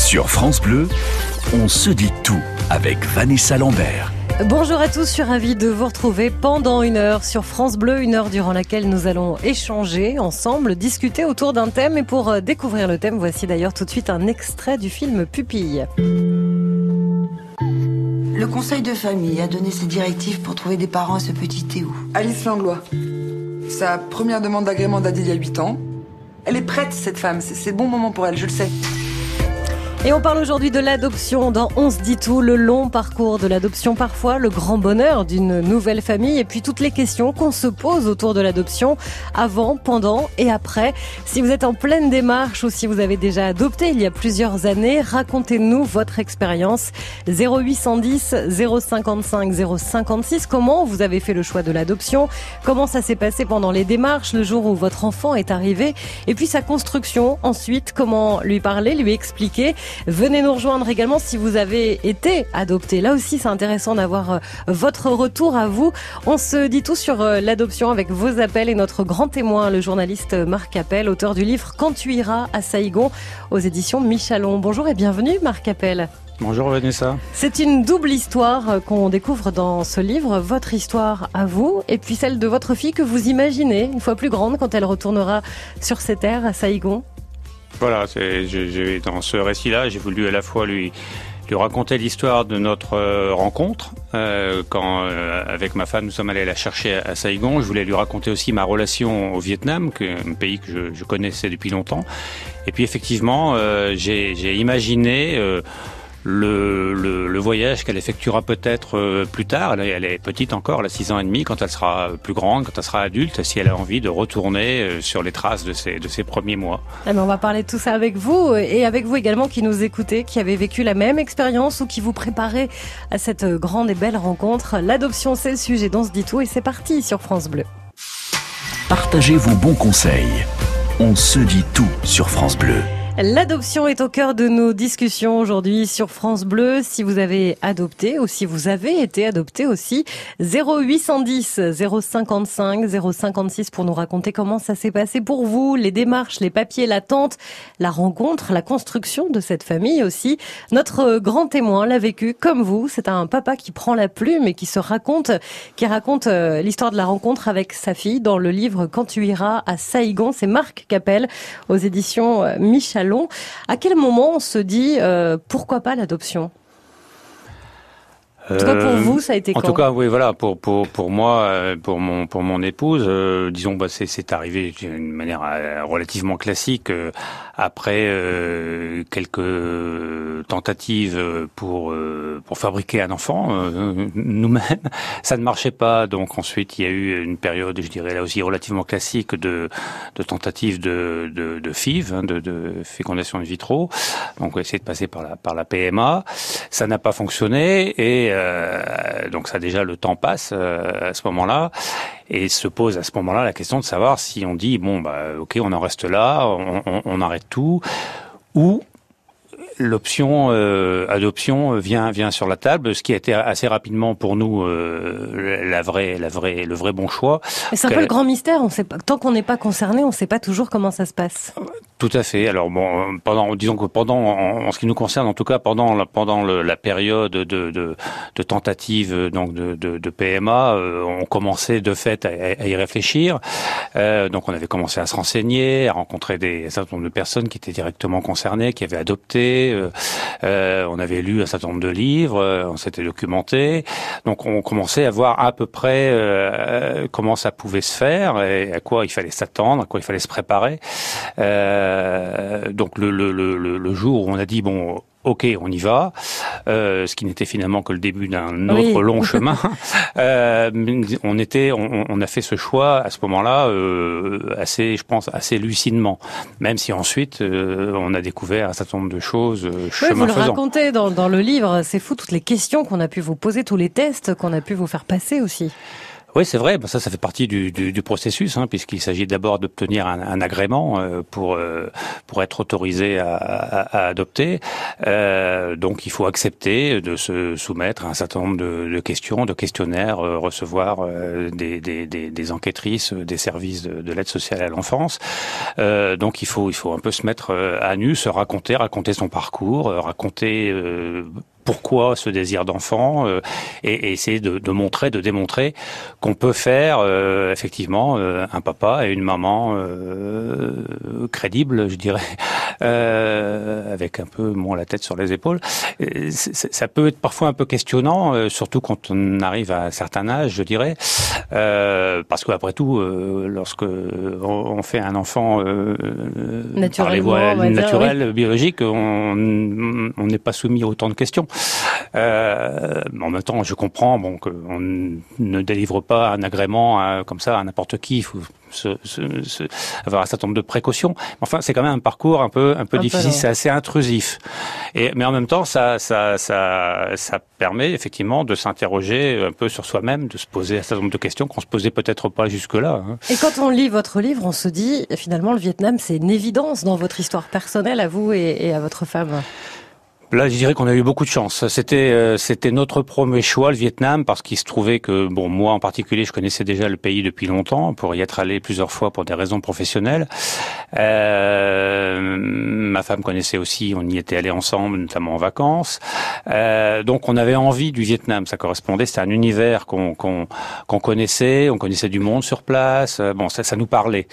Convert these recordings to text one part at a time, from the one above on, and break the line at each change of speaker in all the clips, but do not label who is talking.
Sur France Bleu, on se dit tout avec Vanessa Lambert.
Bonjour à tous, je suis ravie de vous retrouver pendant une heure sur France Bleu, une heure durant laquelle nous allons échanger ensemble, discuter autour d'un thème. Et pour découvrir le thème, voici d'ailleurs tout de suite un extrait du film Pupille.
Le conseil de famille a donné ses directives pour trouver des parents à ce petit Théo.
Alice Langlois. Sa première demande d'agrément date d'il y a 8 ans. Elle est prête, cette femme. C'est le bon moment pour elle, je le sais.
Et on parle aujourd'hui de l'adoption dans On se dit tout, le long parcours de l'adoption parfois, le grand bonheur d'une nouvelle famille et puis toutes les questions qu'on se pose autour de l'adoption avant, pendant et après. Si vous êtes en pleine démarche ou si vous avez déjà adopté il y a plusieurs années, racontez-nous votre expérience. 0810 055 056, comment vous avez fait le choix de l'adoption? Comment ça s'est passé pendant les démarches, le jour où votre enfant est arrivé? Et puis sa construction, ensuite, comment lui parler, lui expliquer? Venez nous rejoindre également si vous avez été adopté. Là aussi, c'est intéressant d'avoir votre retour à vous. On se dit tout sur l'adoption avec vos appels et notre grand témoin, le journaliste Marc Appel, auteur du livre Quand tu iras à Saïgon aux éditions Michalon. Bonjour et bienvenue Marc Appel.
Bonjour Vanessa.
C'est une double histoire qu'on découvre dans ce livre, votre histoire à vous et puis celle de votre fille que vous imaginez une fois plus grande quand elle retournera sur ces terres à Saïgon.
Voilà, dans ce récit-là, j'ai voulu à la fois lui raconter l'histoire de notre rencontre, quand avec ma femme nous sommes allés la chercher à Saïgon. Je voulais lui raconter aussi ma relation au Vietnam, un pays que je connaissais depuis longtemps. Et puis effectivement, j'ai imaginé le voyage qu'elle effectuera peut-être plus tard. Elle est petite encore, elle a 6 ans et demi. Quand elle sera plus grande, quand elle sera adulte, si elle a envie de retourner sur les traces de ses premiers mois.
On va parler de tout ça avec vous et avec vous également qui nous écoutez, qui avez vécu la même expérience ou qui vous préparez à cette grande et belle rencontre. L'adoption, c'est le sujet dont se dit tout et c'est parti sur France Bleu.
Partagez vos bons conseils. On se dit tout sur France Bleu.
L'adoption est au cœur de nos discussions aujourd'hui sur France Bleu. Si vous avez adopté ou si vous avez été adopté aussi, 0810 055 056 pour nous raconter comment ça s'est passé pour vous, les démarches, les papiers, l'attente, la rencontre, la construction de cette famille aussi. Notre grand témoin l'a vécu comme vous. C'est un papa qui prend la plume et qui raconte l'histoire de la rencontre avec sa fille dans le livre Quand tu iras à Saïgon. C'est Marc Appel aux éditions Michalon. À quel moment on se dit pourquoi pas l'adoption? En tout cas pour vous, ça a été quand?
En tout cas, oui, voilà, pour moi, pour mon épouse, disons, c'est arrivé d'une manière relativement classique après quelques tentatives pour fabriquer un enfant nous-mêmes. Ça ne marchait pas, donc ensuite il y a eu une période, je dirais là aussi relativement classique de tentatives de FIV, de fécondation in vitro. Donc on a essayé de passer par la PMA. Ça n'a pas fonctionné et donc ça déjà le temps passe à ce moment-là et se pose à ce moment-là la question de savoir si on dit ok, on en reste là, on arrête tout, ou l'option adoption vient sur la table, ce qui a été assez rapidement pour nous le vrai bon choix.
Et c'est un peu le grand mystère, on sait pas, tant qu'on n'est pas concerné, on sait pas toujours comment ça se passe.
Tout à fait. Alors en ce qui nous concerne, en tout cas pendant la période de tentative donc de PMA, on commençait de fait à y réfléchir. Donc on avait commencé à se renseigner, à rencontrer un certain nombre de personnes qui étaient directement concernées, qui avaient adopté. On avait lu un certain nombre de livres, on s'était documenté. Donc on commençait à voir à peu près comment ça pouvait se faire et à quoi il fallait s'attendre, à quoi il fallait se préparer. Donc le jour où on a dit ok, on y va, ce qui n'était finalement que le début d'un autre long chemin. On a fait ce choix à ce moment-là assez lucidement, même si ensuite on a découvert un certain nombre de choses chemin
faisant. Vous le racontez dans le livre, c'est fou toutes les questions qu'on a pu vous poser, tous les tests qu'on a pu vous faire passer aussi.
Oui, c'est vrai. Ça fait partie du processus, puisqu'il s'agit d'abord d'obtenir un agrément pour être autorisé à adopter. Donc, il faut accepter de se soumettre à un certain nombre de questions, de questionnaires, recevoir des enquêtrices des services de l'aide sociale à l'enfance. Donc, il faut un peu se mettre à nu, se raconter son parcours, raconter pourquoi ce désir d'enfant et essayer de démontrer qu'on peut faire effectivement un papa et une maman crédibles, je dirais, avec un peu moins la tête sur les épaules. Ça peut être parfois un peu questionnant, surtout quand on arrive à un certain âge, je dirais, parce qu'après tout, lorsque on fait un enfant par les voies naturelles, biologiques, on n'est pas soumis à autant de questions. En même temps, je comprends qu'on ne délivre pas un agrément comme ça à n'importe qui. Il faut avoir un certain nombre de précautions. Enfin, c'est quand même un parcours un peu difficile. C'est assez intrusif. Mais en même temps, ça permet effectivement de s'interroger un peu sur soi-même, de se poser un certain nombre de questions qu'on se posait peut-être pas jusque-là.
Et quand on lit votre livre, on se dit finalement le Vietnam, c'est une évidence dans votre histoire personnelle à vous et à votre femme.
Là, je dirais qu'on a eu beaucoup de chance. C'était notre premier choix, le Vietnam, parce qu'il se trouvait que, moi en particulier, je connaissais déjà le pays depuis longtemps, pour y être allé plusieurs fois pour des raisons professionnelles. Ma femme connaissait aussi, on y était allés ensemble, notamment en vacances. Donc, on avait envie du Vietnam. Ça correspondait, c'était un univers qu'on connaissait, on connaissait du monde sur place. Ça nous parlait.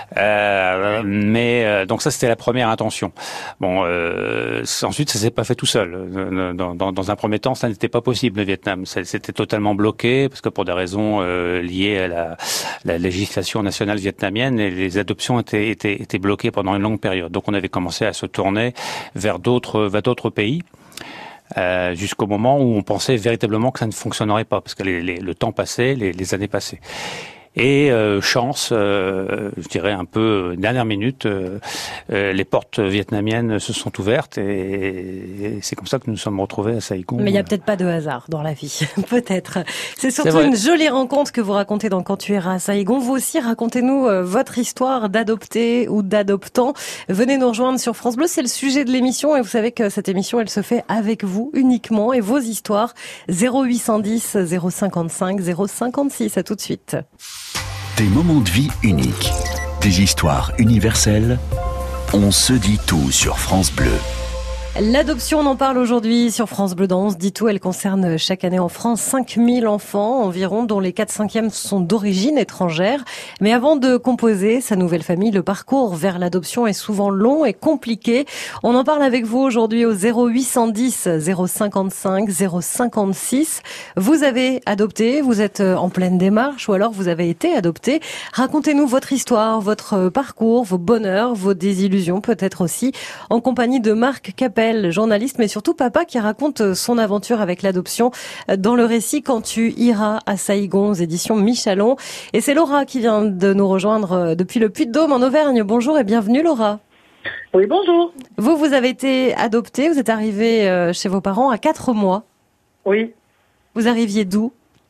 Donc ça, c'était la première intention. Ensuite, ça s'est pas fait tout seul. Dans un premier temps, ça n'était pas possible, le Vietnam. C'était totalement bloqué, parce que pour des raisons liées à la législation nationale vietnamienne, et les adoptions étaient bloquées pendant une longue période. Donc on avait commencé à se tourner vers d'autres pays. Jusqu'au moment où on pensait véritablement que ça ne fonctionnerait pas, parce que le temps passait, les années passaient. Et chance, je dirais un peu dernière minute, les portes vietnamiennes se sont ouvertes et c'est comme ça que nous nous sommes retrouvés à Saigon.
Mais il n'y a peut-être pas de hasard dans la vie, peut-être. C'est surtout une jolie rencontre que vous racontez dans Quand tu iras à Saigon. Vous aussi, racontez-nous votre histoire d'adopté ou d'adoptant. Venez nous rejoindre sur France Bleu, c'est le sujet de l'émission et vous savez que cette émission, elle se fait avec vous uniquement et vos histoires. 0810 055 056. À tout de suite.
Des moments de vie uniques, des histoires universelles. On se dit tout sur France Bleu.
L'adoption, on en parle aujourd'hui sur France Bleu dans On se dit tout. Elle concerne chaque année en France 5000 enfants environ, dont les 4/5 sont d'origine étrangère. Mais avant de composer sa nouvelle famille, le parcours vers l'adoption est souvent long et compliqué. On en parle avec vous aujourd'hui au 0810 055 056. Vous avez adopté, vous êtes en pleine démarche ou alors vous avez été adopté. Racontez-nous votre histoire, votre parcours, vos bonheurs, vos désillusions peut-être aussi, en compagnie de Marc Capel, journaliste, mais surtout papa qui raconte son aventure avec l'adoption dans le récit Quand tu iras à Saigon aux éditions Michalon. Et c'est Laura qui vient de nous rejoindre depuis le Puy-de-Dôme en Auvergne. Bonjour et bienvenue Laura.
Oui, bonjour.
Vous avez été adoptée, vous êtes arrivée chez vos parents à 4 mois.
Oui.
Vous arriviez d'où ?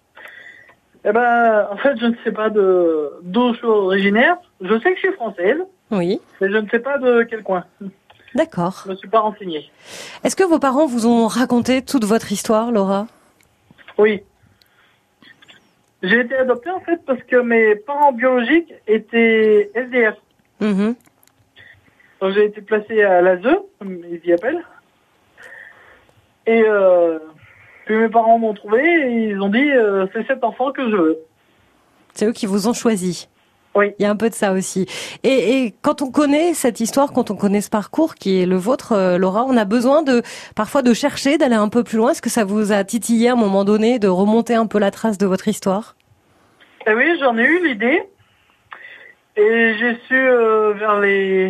En fait, je ne sais pas d'où je suis originaire. Je sais que je suis française.
Oui.
Mais je ne sais pas de quel coin.
D'accord.
Je ne me suis pas renseignée.
Est-ce que vos parents vous ont raconté toute votre histoire, Laura ?
Oui. J'ai été adoptée en fait parce que mes parents biologiques étaient SDF.
Mm-hmm.
Donc j'ai été placée à l'ASE, comme ils y appellent. Et puis mes parents m'ont trouvé et ils ont dit c'est cet enfant que je veux.
C'est eux qui vous ont choisi.
Oui.
Il y a un peu de ça aussi. Et quand on connaît cette histoire, quand on connaît ce parcours qui est le vôtre, Laura, on a besoin parfois de chercher, d'aller un peu plus loin. Est-ce que ça vous a titillé à un moment donné de remonter un peu la trace de votre histoire ?
Eh oui, j'en ai eu l'idée. Et j'ai su vers les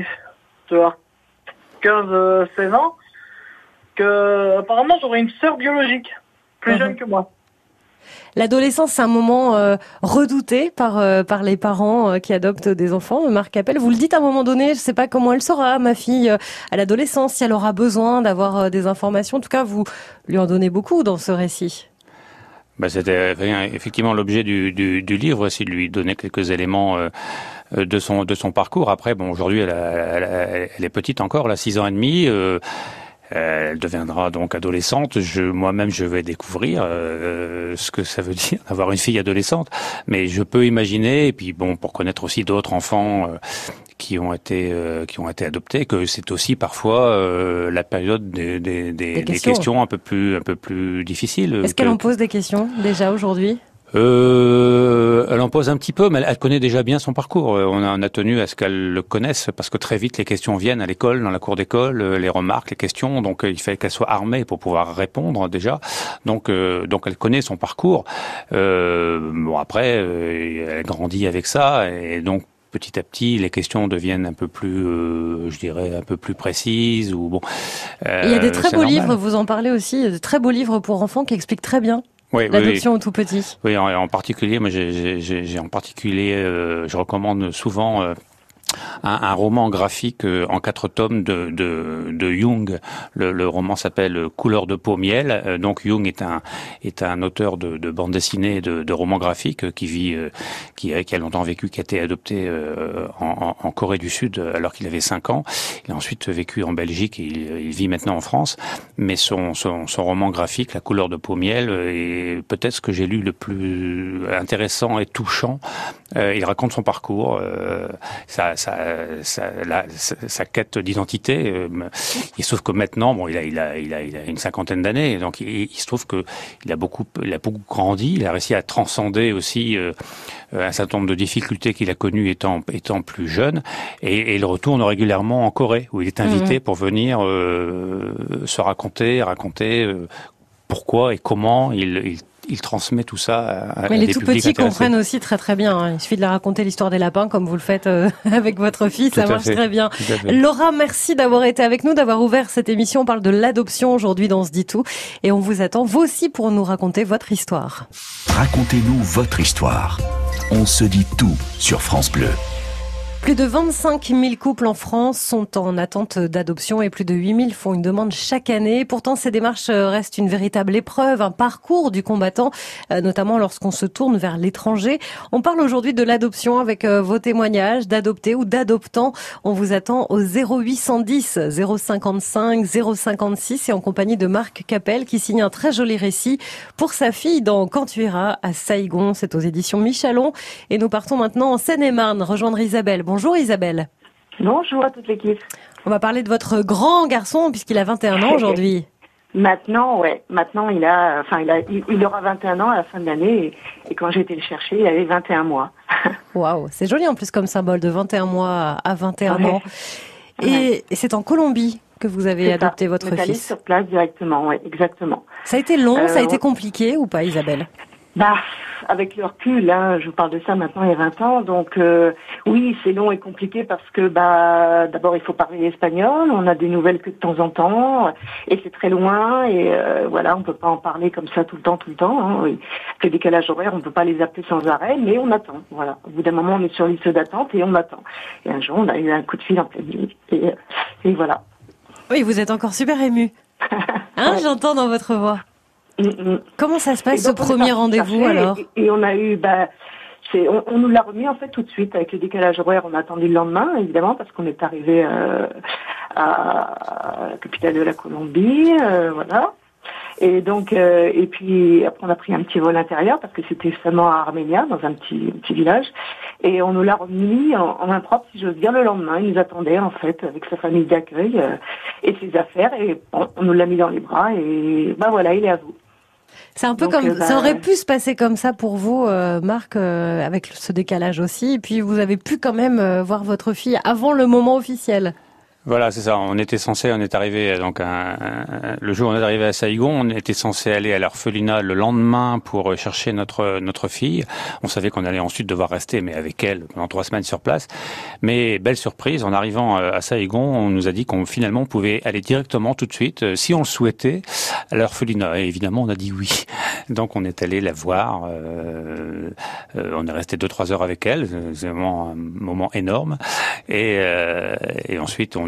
15-16 ans que apparemment j'aurais une sœur biologique, plus jeune que moi.
L'adolescence, c'est un moment redouté par les parents qui adoptent des enfants. Marc Capel, vous le dites à un moment donné, je ne sais pas comment elle sera, ma fille, à l'adolescence, si elle aura besoin d'avoir des informations. En tout cas, vous lui en donnez beaucoup dans ce récit.
C'était effectivement l'objet du livre, c'est de lui donner quelques éléments de son parcours. Après, aujourd'hui, elle est petite encore, elle a 6 ans et demi. Elle deviendra donc adolescente. Moi-même, je vais découvrir ce que ça veut dire d'avoir une fille adolescente. Mais je peux imaginer, et puis pour connaître aussi d'autres enfants qui ont été adoptés, que c'est aussi parfois la période des questions un peu plus difficiles.
Est-ce qu'elle en pose des questions déjà aujourd'hui?
Elle en pose un petit peu, mais elle connaît déjà bien son parcours. On a tenu à ce qu'elle le connaisse, parce que très vite les questions viennent à l'école, dans la cour d'école, les remarques, les questions. Donc il fallait qu'elle soit armée pour pouvoir répondre déjà. Donc elle connaît son parcours. Après, elle grandit avec ça, et donc petit à petit, les questions deviennent un peu plus, je dirais, un peu plus précises.
Il y a des très beaux livres, vous en parlez aussi, de très beaux livres pour enfants qui expliquent très bien. L'adoption au tout petit.
Oui, en particulier, moi, je recommande souvent un roman graphique en 4 tomes de Jung. Le roman s'appelle Couleur de peau miel. Donc Jung est un auteur de bande dessinée, de romans graphiques qui a longtemps vécu, qui a été adopté en Corée du Sud alors qu'il avait 5 ans. Il a ensuite vécu en Belgique et il vit maintenant en France. Mais son roman graphique, La couleur de peau miel, est peut-être ce que j'ai lu le plus intéressant et touchant. Il raconte son parcours, sa quête d'identité. Il se trouve que maintenant, il a une 50aine d'années, donc il se trouve que il a beaucoup grandi. Il a réussi à transcender aussi un certain nombre de difficultés qu'il a connues étant plus jeune, et il retourne régulièrement en Corée, où il est invité pour venir se raconter pourquoi et comment il transmet tout ça à
Mais
des
les tout
publics
petits
intéressés.
comprennent aussi très très bien. Il suffit de leur raconter l'histoire des lapins comme vous le faites avec votre fille, ça marche très bien. Laura, merci d'avoir été avec nous, d'avoir ouvert cette émission. On parle de l'adoption aujourd'hui dans On se dit tout, et on vous attend vous aussi pour nous raconter votre histoire.
Racontez-nous votre histoire. On se dit tout sur France Bleu.
Plus de 25 000 couples en France sont en attente d'adoption et plus de 8 000 font une demande chaque année. Pourtant, ces démarches restent une véritable épreuve, un parcours du combattant, notamment lorsqu'on se tourne vers l'étranger. On parle aujourd'hui de l'adoption avec vos témoignages d'adoptés ou d'adoptants. On vous attend au 0810 055 056 et en compagnie de Marc Capel qui signe un très joli récit pour sa fille dans Quand tu iras à Saïgon. C'est aux éditions Michalon. Et nous partons maintenant en Seine-et-Marne rejoindre Isabelle. Bonjour Isabelle.
Bonjour à toute l'équipe.
On va parler de votre grand garçon puisqu'il a 21 ans aujourd'hui.
Maintenant, il aura 21 ans à la fin de l'année et quand j'ai été le chercher, il avait 21 mois.
Waouh, c'est joli en plus comme symbole de 21 mois à 21 ans. Et c'est en Colombie que vous avez adopté votre fils.
Allé sur place directement, oui, exactement.
Ça a été long, ça a été compliqué ou pas Isabelle?
Avec le recul, je vous parle de ça maintenant il y a 20 ans, donc oui, c'est long et compliqué parce que d'abord il faut parler espagnol, on a des nouvelles que de temps en temps, et c'est très loin, et on peut pas en parler comme ça tout le temps, hein. Le décalage horaire, on peut pas les appeler sans arrêt, mais on attend, voilà. Au bout d'un moment, on est sur liste d'attente et on attend. Et un jour, on a eu un coup de fil en pleine nuit, et voilà. Oui,
vous êtes encore super ému. Ouais. J'entends dans votre voix. Comment ça se passe ce premier rendez-vous alors?
Et on a eu, on nous l'a remis en fait tout de suite avec le décalage horaire. On a attendu le lendemain évidemment parce qu'on est arrivé à la capitale de la Colombie, voilà. Et donc et puis après on a pris un petit vol intérieur parce que c'était seulement à Arménia dans un petit village. Et on nous l'a remis en main propre, si j'ose dire, le lendemain. Il nous attendait, en fait, avec sa famille d'accueil et ses affaires. Et on nous l'a mis dans les bras. Et voilà, il est à vous.
C'est un peu comme ça aurait pu se passer comme ça pour vous, Marc, avec ce décalage aussi. Et puis vous avez pu quand même voir votre fille avant le moment officiel.
Voilà, c'est ça. On est arrivé donc le jour où on est arrivé à Saïgon, on était censé aller à l'orphelinat le lendemain pour chercher notre fille. On savait qu'on allait ensuite devoir rester, mais avec elle pendant 3 semaines sur place. Mais belle surprise, en arrivant à Saïgon, on nous a dit qu'on finalement pouvait aller directement tout de suite, si on le souhaitait, à l'orphelinat. Et évidemment, on a dit oui. Donc on est allé la voir. On est resté 2-3 heures avec elle. C'est vraiment un moment énorme. Et ensuite on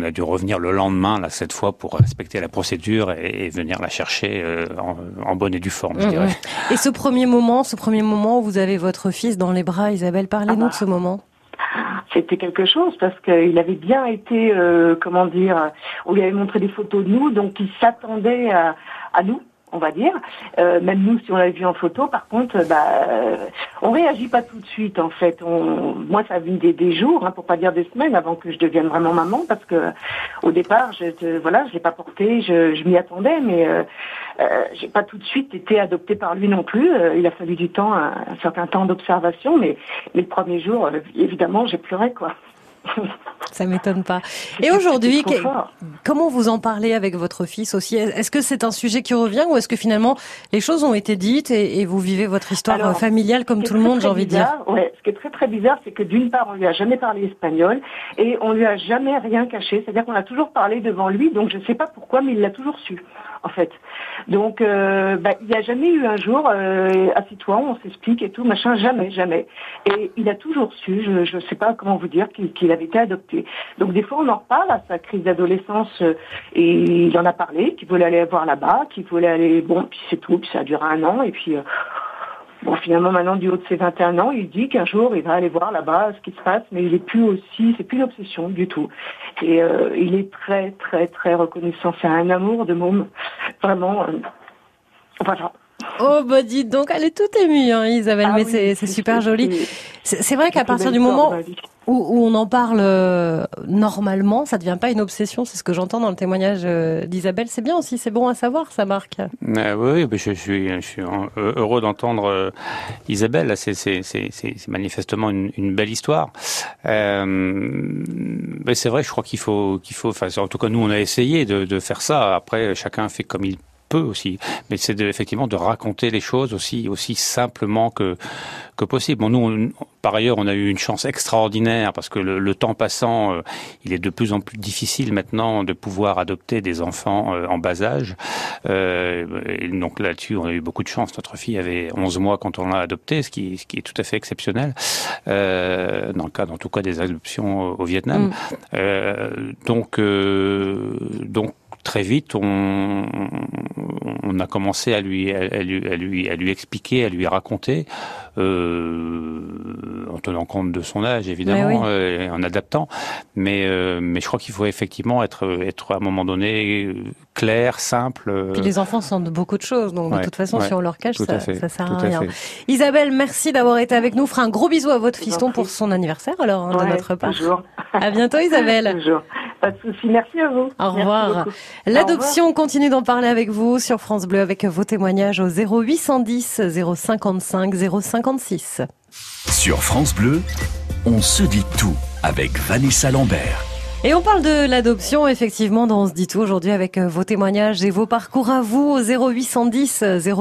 a dû revenir le lendemain, là, cette fois, pour respecter la procédure et venir la chercher en bonne et due forme, je dirais.
Et ce premier moment où vous avez votre fils dans les bras, Isabelle, parlez-nous de ce moment.
C'était quelque chose parce qu'il avait bien été, on lui avait montré des photos de nous, donc il s'attendait à nous, on va dire. Même nous, si on l'avait vu en photo, par contre, on réagit pas tout de suite, en fait. Moi, ça a mis des jours, pour pas dire des semaines, avant que je devienne vraiment maman, parce que au départ, je l'ai pas porté, je m'y attendais, mais j'ai pas tout de suite été adoptée par lui non plus. Il a fallu du temps, un certain temps d'observation, mais le premier jour, évidemment, j'ai pleuré, quoi.
Ça m'étonne pas. Et aujourd'hui, comment vous en parlez avec votre fils aussi? Est-ce que c'est un sujet qui revient ou est-ce que finalement les choses ont été dites et vous vivez votre histoire familiale comme tout le monde, j'ai envie de dire?
Ouais, ce qui est très très bizarre, c'est que d'une part, on lui a jamais parlé espagnol et on lui a jamais rien caché. C'est-à-dire qu'on a toujours parlé devant lui, donc je sais pas pourquoi, mais il l'a toujours su, en fait. Donc, il n'y a jamais eu un jour, assis-toi, on s'explique et tout, machin, jamais. Et il a toujours su, je sais pas comment vous dire, qu'il avait été adopté. Donc des fois on en reparle à sa crise d'adolescence et il en a parlé, qu'il voulait aller voir là-bas, qu'il voulait aller, puis c'est tout, puis ça a duré 1 an et puis finalement maintenant du haut de ses 21 ans, il dit qu'un jour il va aller voir là-bas ce qui se passe, mais il est plus c'est plus une obsession du tout. Et il est très très très reconnaissant, c'est un amour de môme, vraiment. Voilà.
Oh dites donc, elle est toute émue, Isabelle, mais oui, c'est super joli. C'est vrai qu'à partir du moment où on en parle normalement, ça devient pas une obsession, c'est ce que j'entends dans le témoignage d'Isabelle. C'est bien aussi, c'est bon à savoir, ça Marc.
Oui, je suis heureux d'entendre Isabelle. C'est manifestement une belle histoire. Mais c'est vrai, je crois qu'il faut, en tout cas nous on a essayé de faire ça. Après, chacun fait comme il peut aussi, mais c'est effectivement de raconter les choses aussi simplement que possible. Bon, nous, par ailleurs, on a eu une chance extraordinaire parce que le temps passant, il est de plus en plus difficile maintenant de pouvoir adopter des enfants en bas âge. Et donc là-dessus, on a eu beaucoup de chance. Notre fille avait 11 mois quand on l'a adoptée, ce qui est tout à fait exceptionnel dans le cadre, en tout cas, des adoptions au Vietnam. Donc très vite, on a commencé à lui expliquer, à lui raconter, en tenant compte de son âge évidemment, en adaptant. Mais je crois qu'il faut effectivement être à un moment donné clair, simple.
Puis les enfants sentent beaucoup de choses, donc de toute façon, si on leur cache, ça sert à rien. Isabelle, merci d'avoir été avec nous. On fera un gros bisou à votre fiston pour son anniversaire, alors, de notre part.
Toujours.
À bientôt, Isabelle.
Toujours. Pas de souci. Merci à vous.
Au revoir. L'adoption, continue d'en parler avec vous sur France Bleu avec vos témoignages au 0810 055 056.
Sur France Bleu, on se dit tout avec Vanessa Lambert.
Et on parle de l'adoption, effectivement, dans On se dit tout aujourd'hui avec vos témoignages et vos parcours à vous au 0810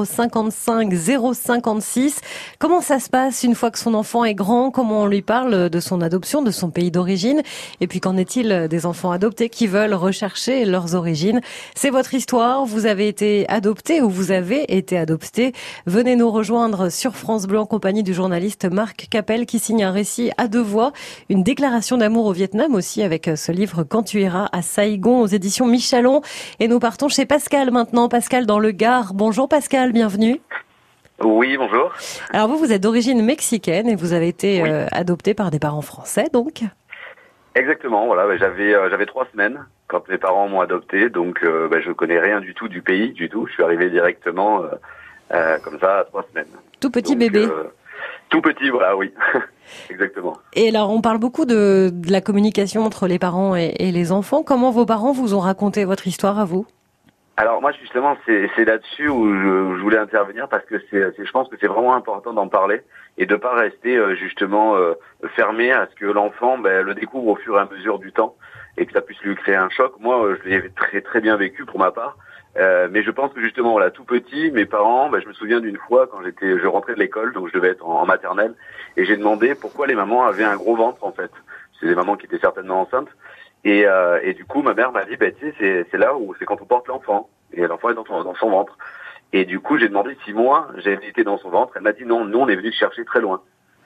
055 056. Comment ça se passe une fois que son enfant est grand? Comment on lui parle de son adoption, de son pays d'origine? Et puis qu'en est-il des enfants adoptés qui veulent rechercher leurs origines? C'est votre histoire. Vous avez été adopté ou vous avez été adopté. Venez nous rejoindre sur France Bleu en compagnie du journaliste Marc Capel qui signe un récit à 2 voix, une déclaration d'amour au Vietnam aussi avec ce livre Quand tu iras à Saigon aux éditions Michalon. Et nous partons chez Pascal maintenant. Pascal dans le Gard. Bonjour Pascal, bienvenue.
Oui, bonjour.
Alors vous êtes d'origine mexicaine et vous avez été adopté par des parents français donc?
Exactement, voilà. J'avais 3 semaines quand mes parents m'ont adopté, donc je connais rien du tout du pays, du tout. Je suis arrivé directement comme ça à 3 semaines.
Tout petit bébé.
Tout petit, voilà, oui. Exactement.
Et alors, on parle beaucoup de la communication entre les parents et les enfants. Comment vos parents vous ont raconté votre histoire à vous?
Alors moi, justement, c'est là-dessus où je voulais intervenir parce que je pense que c'est vraiment important d'en parler et de pas rester justement fermé à ce que l'enfant le découvre au fur et à mesure du temps et que ça puisse lui créer un choc. Moi, je l'ai très très bien vécu pour ma part. Mais je pense que justement, voilà, tout petit, mes parents, je me souviens d'une fois quand je rentrais de l'école, donc je devais être en maternelle, et j'ai demandé pourquoi les mamans avaient un gros ventre en fait. C'est des mamans qui étaient certainement enceintes, et du coup ma mère m'a dit, tu sais, c'est là où c'est quand on porte l'enfant, et l'enfant est dans son ventre. Et du coup j'ai demandé si moi j'avais été dans son ventre, elle m'a dit non, nous on est venu chercher très loin.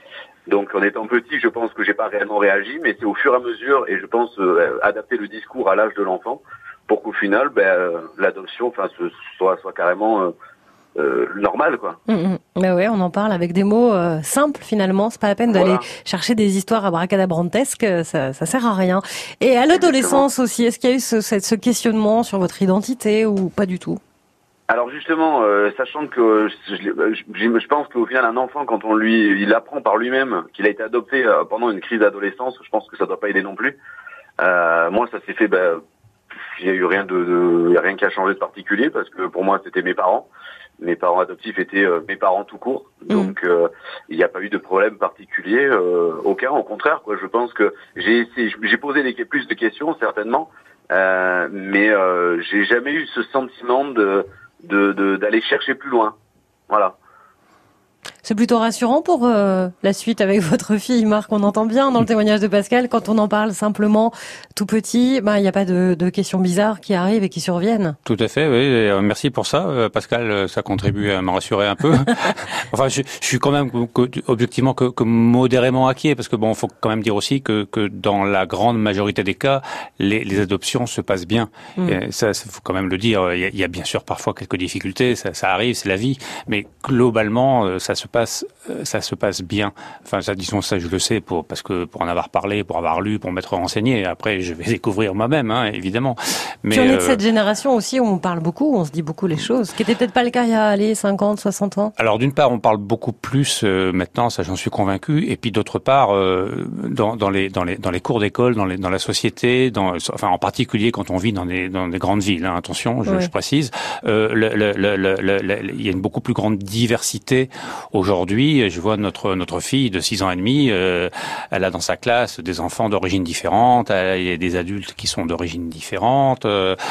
Donc en étant petit, je pense que j'ai pas réellement réagi, mais c'est au fur et à mesure, et je pense adapter le discours à l'âge de l'enfant pour qu'au final, l'adoption, soit carrément normal, quoi.
Mais ouais, on en parle avec des mots simples finalement. C'est pas la peine d'aller chercher des histoires abracadabrantesques, ça sert à rien. Et à l'adolescence aussi, est-ce qu'il y a eu ce questionnement sur votre identité ou pas du tout?
Alors justement, sachant que je pense qu'au final, un enfant, quand il apprend par lui-même qu'il a été adopté pendant une crise d'adolescence, je pense que ça doit pas aider non plus. Moi, ça s'est fait. Il y a eu rien qui a changé de particulier parce que pour moi, c'était mes parents. Mes parents adoptifs étaient mes parents tout court, donc il n'y a pas eu de problème particulier, aucun. Au contraire, quoi. Je pense que j'ai posé plus de questions certainement, mais j'ai jamais eu ce sentiment d'aller chercher plus loin. Voilà.
C'est plutôt rassurant pour la suite avec votre fille, Marc. On entend bien dans le témoignage de Pascal, quand on en parle simplement tout petit, il n'y a pas de questions bizarres qui arrivent et qui surviennent.
Tout à fait, oui. Merci pour ça, Pascal. Ça contribue à me rassurer un peu. Enfin, je suis quand même objectivement que modérément inquiet, parce que bon, faut quand même dire aussi que dans la grande majorité des cas, les adoptions se passent bien. Et ça, faut quand même le dire. Il y a bien sûr parfois quelques difficultés, ça arrive, c'est la vie, mais globalement, ça se passe bien. Enfin, disons ça, je le sais parce que pour en avoir parlé, pour avoir lu, pour m'être renseigné. Après, je vais découvrir moi-même, évidemment. Mais
puis on est de cette génération aussi où on parle beaucoup, on se dit beaucoup les choses, ce qui était peut-être pas le cas il y a 50, 60 ans.
Alors d'une part, on parle beaucoup plus maintenant, ça j'en suis convaincu, et puis d'autre part, dans les cours d'école, dans la société, en particulier quand on vit dans des grandes villes. Attention, je précise, il y a une beaucoup plus grande diversité. Aujourd'hui, je vois notre fille de 6 ans et demi, elle a dans sa classe des enfants d'origine différente, il y a des adultes qui sont d'origine différente,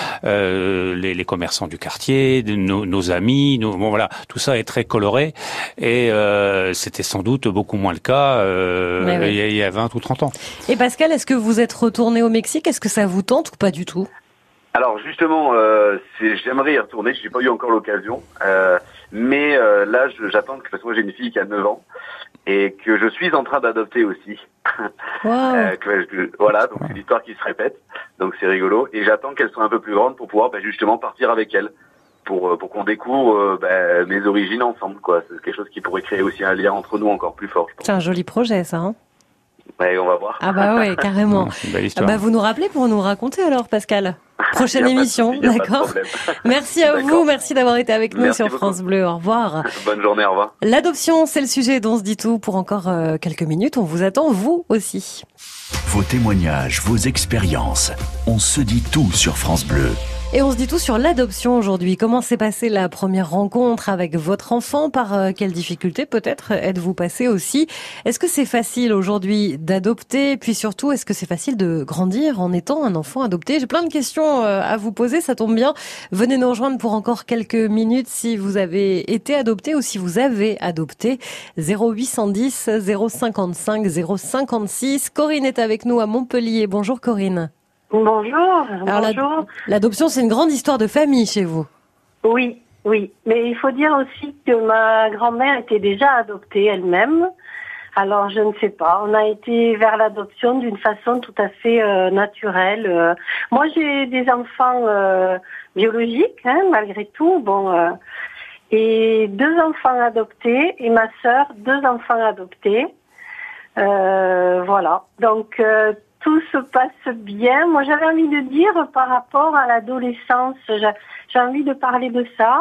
les commerçants du quartier, nos amis, voilà, tout ça est très coloré et c'était sans doute beaucoup moins le cas il y a 20 ou 30 ans.
Et Pascal, est-ce que vous êtes retourné au Mexique? Est-ce que ça vous tente ou pas du tout?
Alors justement, j'aimerais y retourner, j'ai pas eu encore l'occasion. Mais là, j'attends parce que moi j'ai une fille qui a 9 ans et que je suis en train d'adopter aussi.
Wow.
Voilà, donc c'est l'histoire qui se répète, donc c'est rigolo. Et j'attends qu'elle soit un peu plus grande pour pouvoir justement partir avec elle, pour qu'on découvre mes origines ensemble, quoi. C'est quelque chose qui pourrait créer aussi un lien entre nous encore plus fort, je pense.
C'est un joli projet, ça. Hein,
ouais, on va voir.
Ah bah ouais, carrément.
C'est une belle histoire.
Vous nous rappelez pour nous raconter alors, Pascal. Prochaine émission, d'accord. Merci à vous, merci d'avoir été avec nous sur France Bleu. Au revoir.
Bonne journée, au revoir.
L'adoption, c'est le sujet dont on se dit tout pour encore quelques minutes. On vous attend, vous aussi.
Vos témoignages, vos expériences. On se dit tout sur France Bleu.
Et on se dit tout sur l'adoption aujourd'hui. Comment s'est passée la première rencontre avec votre enfant? Par quelles difficultés peut-être êtes-vous passé aussi? Est-ce que c'est facile aujourd'hui d'adopter? Puis surtout, est-ce que c'est facile de grandir en étant un enfant adopté? J'ai plein de questions à vous poser, ça tombe bien. Venez nous rejoindre pour encore quelques minutes si vous avez été adopté ou si vous avez adopté. 0810 055 056. Corinne est avec nous à Montpellier. Bonjour Corinne.
Bonjour.
Alors, bonjour. L'adoption, c'est une grande histoire de famille chez vous.
Oui. Mais il faut dire aussi que ma grand-mère était déjà adoptée elle-même. Alors, je ne sais pas. On a été vers l'adoption d'une façon tout à fait naturelle. Moi, j'ai des enfants biologiques, malgré tout. Et 2 enfants adoptés et ma sœur, 2 enfants adoptés. Voilà. Donc, tout se passe bien. Moi, j'avais envie de dire par rapport à l'adolescence, j'ai envie de parler de ça.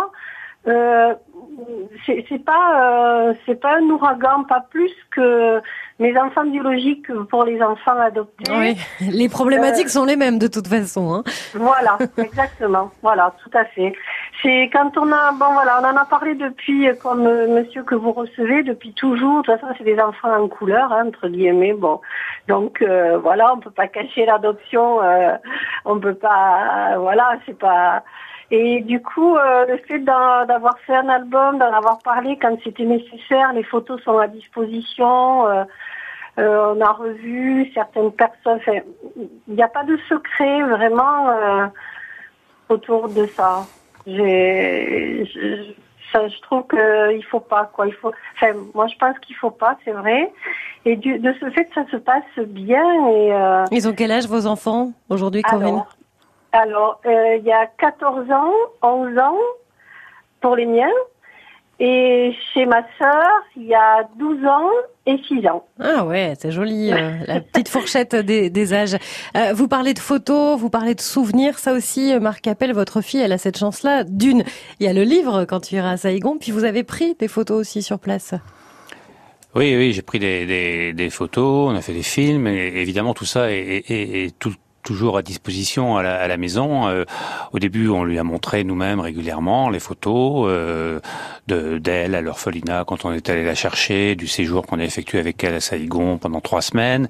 C'est pas un ouragan, pas plus que mes enfants biologiques pour les enfants adoptés.
Oui, les problématiques sont les mêmes de toute façon. Hein.
Voilà, exactement. Voilà, tout à fait. C'est quand on en a parlé depuis, comme monsieur que vous recevez, depuis toujours. De toute façon, c'est des enfants en couleur, entre guillemets. Bon, donc voilà, on peut pas cacher l'adoption. On peut pas, c'est pas. Et du coup, le fait d'avoir fait un album, d'en avoir parlé quand c'était nécessaire, les photos sont à disposition. On a revu certaines personnes. Enfin, il n'y a pas de secret vraiment autour de ça.
Ça, je trouve qu'il faut pas, quoi. Moi, je pense qu'il faut pas, c'est vrai. Et de ce fait, ça se passe bien. Et,
Ils ont quel âge, vos enfants, aujourd'hui, Corinne?
Alors, il y a 14 ans, 11 ans pour les miens. Et chez ma sœur, il y a 12 ans et 6 ans.
Ah ouais, c'est joli, la petite fourchette des âges. Vous parlez de photos, vous parlez de souvenirs, ça aussi, Marc Capel, votre fille, elle a cette chance-là. D'une, il y a le livre Quand tu iras à Saïgon, puis vous avez pris des photos aussi sur place.
Oui, j'ai pris des photos, on a fait des films, et évidemment tout ça est toujours à disposition à la maison. Au début, on lui a montré nous-mêmes régulièrement les photos d'elle à l'orphelinat quand on est allé la chercher, du séjour qu'on a effectué avec elle à Saïgon pendant 3 semaines.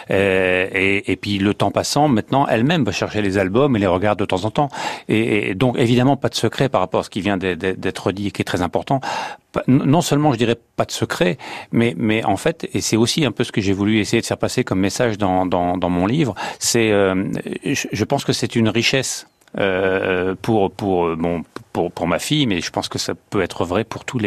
Et puis le temps passant, maintenant, elle-même va chercher les albums et les regarde de temps en temps. Et donc, évidemment, pas de secret par rapport à ce qui vient d'être dit et qui est très important. Non seulement, je dirais, pas de secret, mais en fait, et c'est aussi un peu ce que j'ai voulu essayer de faire passer comme message dans mon livre, c'est, je pense que c'est une richesse pour ma fille, mais je pense que ça peut être vrai pour tous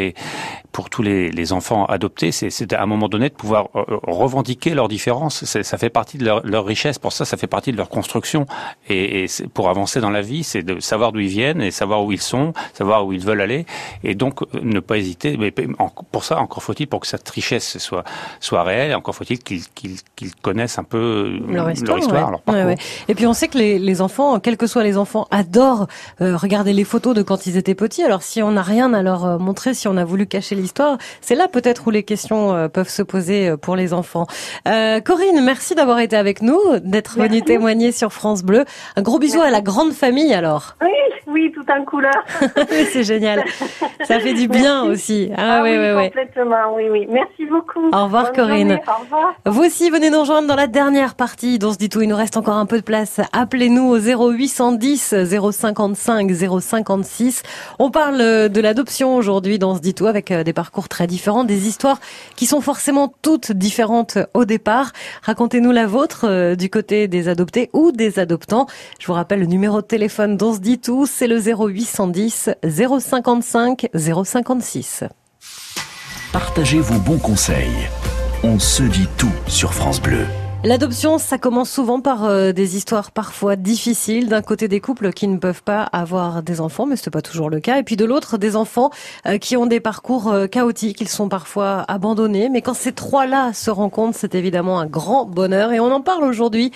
les enfants adoptés. C'est à un moment donné de pouvoir revendiquer leurs différences. Ça fait partie de leur richesse. Pour ça fait partie de leur construction. Et pour avancer dans la vie, c'est de savoir d'où ils viennent et savoir où ils sont, savoir où ils veulent aller. Et donc ne pas hésiter. Mais pour ça, encore faut-il, pour que cette richesse soit réelle, encore faut-il qu'ils connaissent un peu leur histoire, leur parcours.
Ouais. Et puis on sait que les enfants, quels que soient les enfants, adorent regarder les photos de quand ils étaient petits. Alors si on n'a rien à leur montrer, si on a voulu cacher l'histoire, c'est là peut-être où les questions peuvent se poser pour les enfants. Corinne, merci d'avoir été avec nous, d'être venue témoigner sur France Bleu. Un gros bisou à la grande famille alors.
Oui, tout en couleur.
C'est génial. Ça fait du bien aussi.
Oui, complètement. Oui. Merci beaucoup.
Au revoir, Corinne.
Journée. Au revoir.
Vous aussi, venez nous rejoindre dans la dernière partie d'On se dit tout. Il nous reste encore un peu de place. Appelez-nous au 0810 055 056. On parle de l'adoption aujourd'hui dans On se dit tout avec des parcours très différents, des histoires qui sont forcément toutes différentes au départ. Racontez-nous la vôtre du côté des adoptés ou des adoptants. Je vous rappelle le numéro de téléphone d'On se dit tout, c'est le 0810 055 056.
Partagez vos bons conseils. On se dit tout sur France Bleu.
L'adoption, ça commence souvent par des histoires parfois difficiles. D'un côté, des couples qui ne peuvent pas avoir des enfants, mais ce n'est pas toujours le cas. Et puis de l'autre, des enfants qui ont des parcours chaotiques. Ils sont parfois abandonnés. Mais quand ces trois-là se rencontrent, c'est évidemment un grand bonheur. Et on en parle aujourd'hui.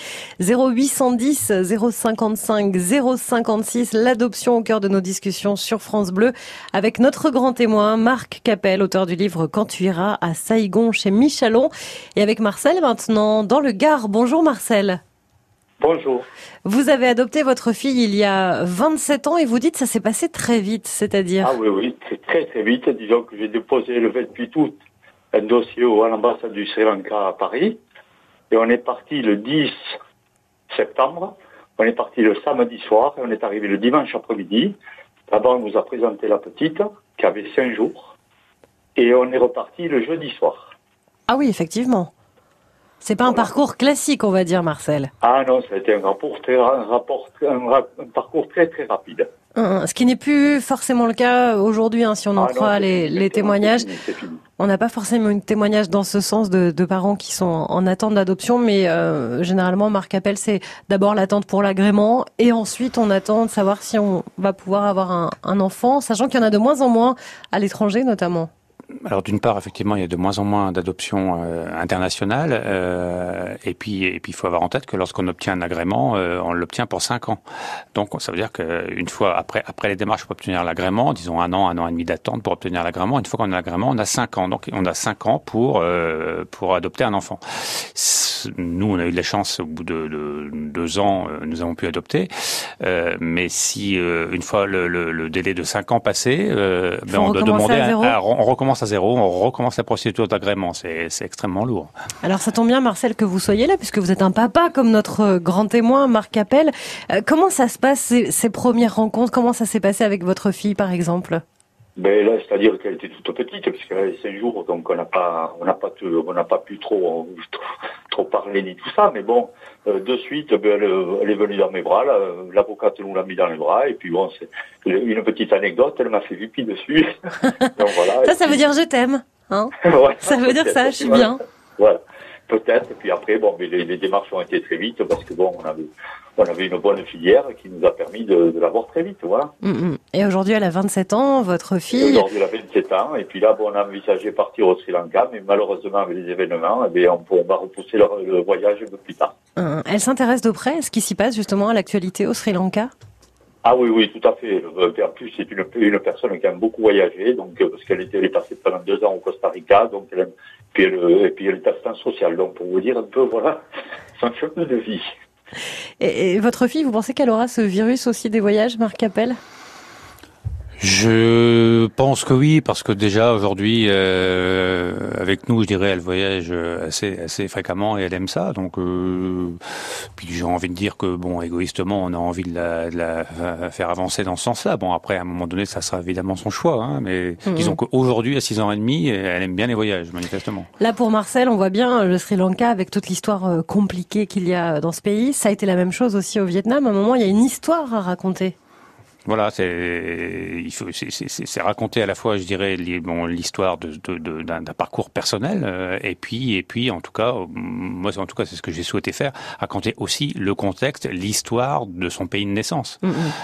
0810 055 056. L'adoption au cœur de nos discussions sur France Bleu. Avec notre grand témoin, Marc Capel, auteur du livre Quand tu iras à Saïgon chez Michalon. Et avec Marcel maintenant dans le Gard. Bonjour Marcel.
Bonjour.
Vous avez adopté votre fille il y a 27 ans et vous dites que ça s'est passé très vite, c'est-à-dire?
Ah oui, c'est très très vite. Disons que j'ai déposé le 28 août un dossier à l'ambassade du Sri Lanka à Paris et on est parti le 10 septembre. On est parti le samedi soir et on est arrivé le dimanche après-midi. D'abord, on nous a présenté la petite qui avait 5 jours et on est reparti le jeudi soir.
Ah oui, effectivement. C'est pas un parcours classique, on va dire, Marcel.
Ah non, ça a été un parcours très très rapide.
Ce qui n'est plus forcément le cas aujourd'hui, si on en croit les témoignages.
C'est fini.
On n'a pas forcément un témoignage dans ce sens de parents qui sont en attente d'adoption, mais généralement, Marc Capel, c'est d'abord l'attente pour l'agrément et ensuite on attend de savoir si on va pouvoir avoir un enfant, sachant qu'il y en a de moins en moins à l'étranger notamment.
Alors d'une part, effectivement, il y a de moins en moins d'adoptions internationales, et puis il faut avoir en tête que lorsqu'on obtient un agrément, on l'obtient pour 5 ans. Donc ça veut dire qu'une fois après les démarches pour obtenir l'agrément, disons 1 an et demi d'attente pour obtenir l'agrément, une fois qu'on a l'agrément, on a 5 ans. Donc on a 5 ans pour adopter un enfant. Nous, on a eu de la chance, au bout de 2 ans, nous avons pu adopter. Mais si une fois le délai de 5 ans passé, on doit demander on recommence à zéro, on recommence la procédure d'agrément. C'est extrêmement lourd.
Alors ça tombe bien, Marcel, que vous soyez là, puisque vous êtes un papa comme notre grand témoin, Marc Capel. Comment ça se passe, ces premières rencontres? Comment ça s'est passé avec votre fille, par exemple?
Ben là, c'est-à-dire qu'elle était toute petite, puisqu'elle avait 5 jours, donc on n'a pas pu trop trop parler ni tout ça, mais bon, de suite, elle est venue dans mes bras, l'avocate nous l'a mis dans les bras, et puis bon, c'est une petite anecdote, elle m'a fait pipi dessus. Donc voilà.
Ça veut dire je t'aime, hein.
Ouais,
ça veut dire ça, je suis
voilà.
bien.
Voilà. Peut-être, et puis après, bon, mais les démarches ont été très vite, parce que bon, on avait une bonne filière qui nous a permis de l'avoir très vite, voilà.
Et aujourd'hui, elle a 27 ans, votre fille.
Et aujourd'hui, elle a 27 ans, et puis là, bon, on a envisagé partir au Sri Lanka, mais malheureusement, avec les événements, eh bien, on va repousser le voyage un peu plus tard.
Elle s'intéresse de près à ce qui s'y passe justement à l'actualité au Sri Lanka?
Ah oui, tout à fait. En plus, c'est une personne qui aime beaucoup voyager, donc parce qu'elle est passée pendant 2 ans au Costa Rica, donc puis elle est assistante sociale. Donc pour vous dire un peu, voilà, son chemin de vie.
Et votre fille, vous pensez qu'elle aura ce virus aussi des voyages, Marc Capel?
Je pense que oui, parce que déjà aujourd'hui, avec nous, je dirais, elle voyage assez fréquemment et elle aime ça. Donc, puis j'ai envie de dire que bon, égoïstement, on a envie de la faire avancer dans ce sens-là. Bon, après, à un moment donné, ça sera évidemment son choix, hein, mais disons qu'aujourd'hui, à 6 ans et demi, elle aime bien les voyages, manifestement.
Là, pour Marcel, on voit bien le Sri Lanka avec toute l'histoire compliquée qu'il y a dans ce pays. Ça a été la même chose aussi au Vietnam. À un moment, il y a une histoire à raconter.
Voilà, c'est raconter à la fois, je dirais, l'histoire d'un parcours personnel, et puis, en tout cas, moi, c'est ce que j'ai souhaité faire, raconter aussi le contexte, l'histoire de son pays de naissance.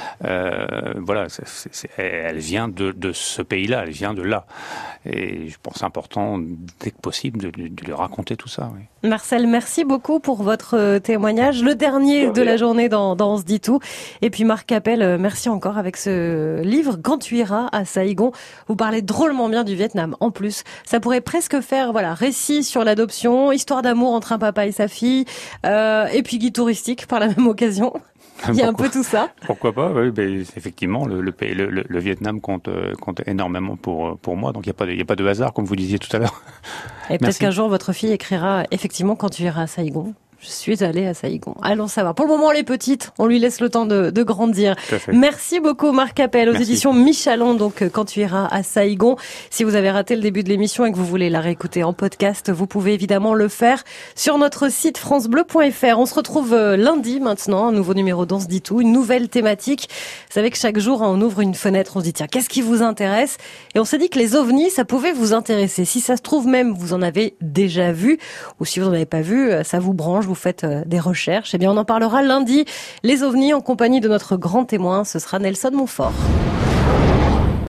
Voilà, elle vient de ce pays-là, elle vient de là, et je pense important, dès que possible, de lui raconter tout ça. Oui.
Marcel, merci beaucoup pour votre témoignage, le dernier de la journée dans On se dit tout. Et puis Marc Capel, merci encore avec ce livre Quand tu iras à Saïgon. Vous parlez drôlement bien du Vietnam. En plus, ça pourrait presque faire récit sur l'adoption, histoire d'amour entre un papa et sa fille, et puis guide touristique par la même occasion. Il y a un peu tout ça.
Pourquoi pas, oui, mais effectivement, le Vietnam compte énormément pour moi, donc il n'y a pas de hasard, comme vous disiez tout à l'heure.
Et peut-être qu'un jour, votre fille écrira effectivement Quand tu iras à Saïgon. Je suis allée à Saïgon. Allons savoir. Pour le moment, les petites, on lui laisse le temps de grandir. Merci beaucoup, Marc Capel, aux éditions Michalon. Donc, Quand tu iras à Saïgon. Si vous avez raté le début de l'émission et que vous voulez la réécouter en podcast, vous pouvez évidemment le faire sur notre site francebleu.fr. On se retrouve lundi maintenant, un nouveau numéro d'On se dit tout, une nouvelle thématique. Vous savez que chaque jour, on ouvre une fenêtre, on se dit tiens, qu'est-ce qui vous intéresse? Et on s'est dit que les ovnis, ça pouvait vous intéresser. Si ça se trouve même, vous en avez déjà vu, ou si vous n'en avez pas vu, ça vous branche. Vous faites des recherches, eh bien on en parlera lundi. Les ovnis en compagnie de notre grand témoin, ce sera Nelson Montfort.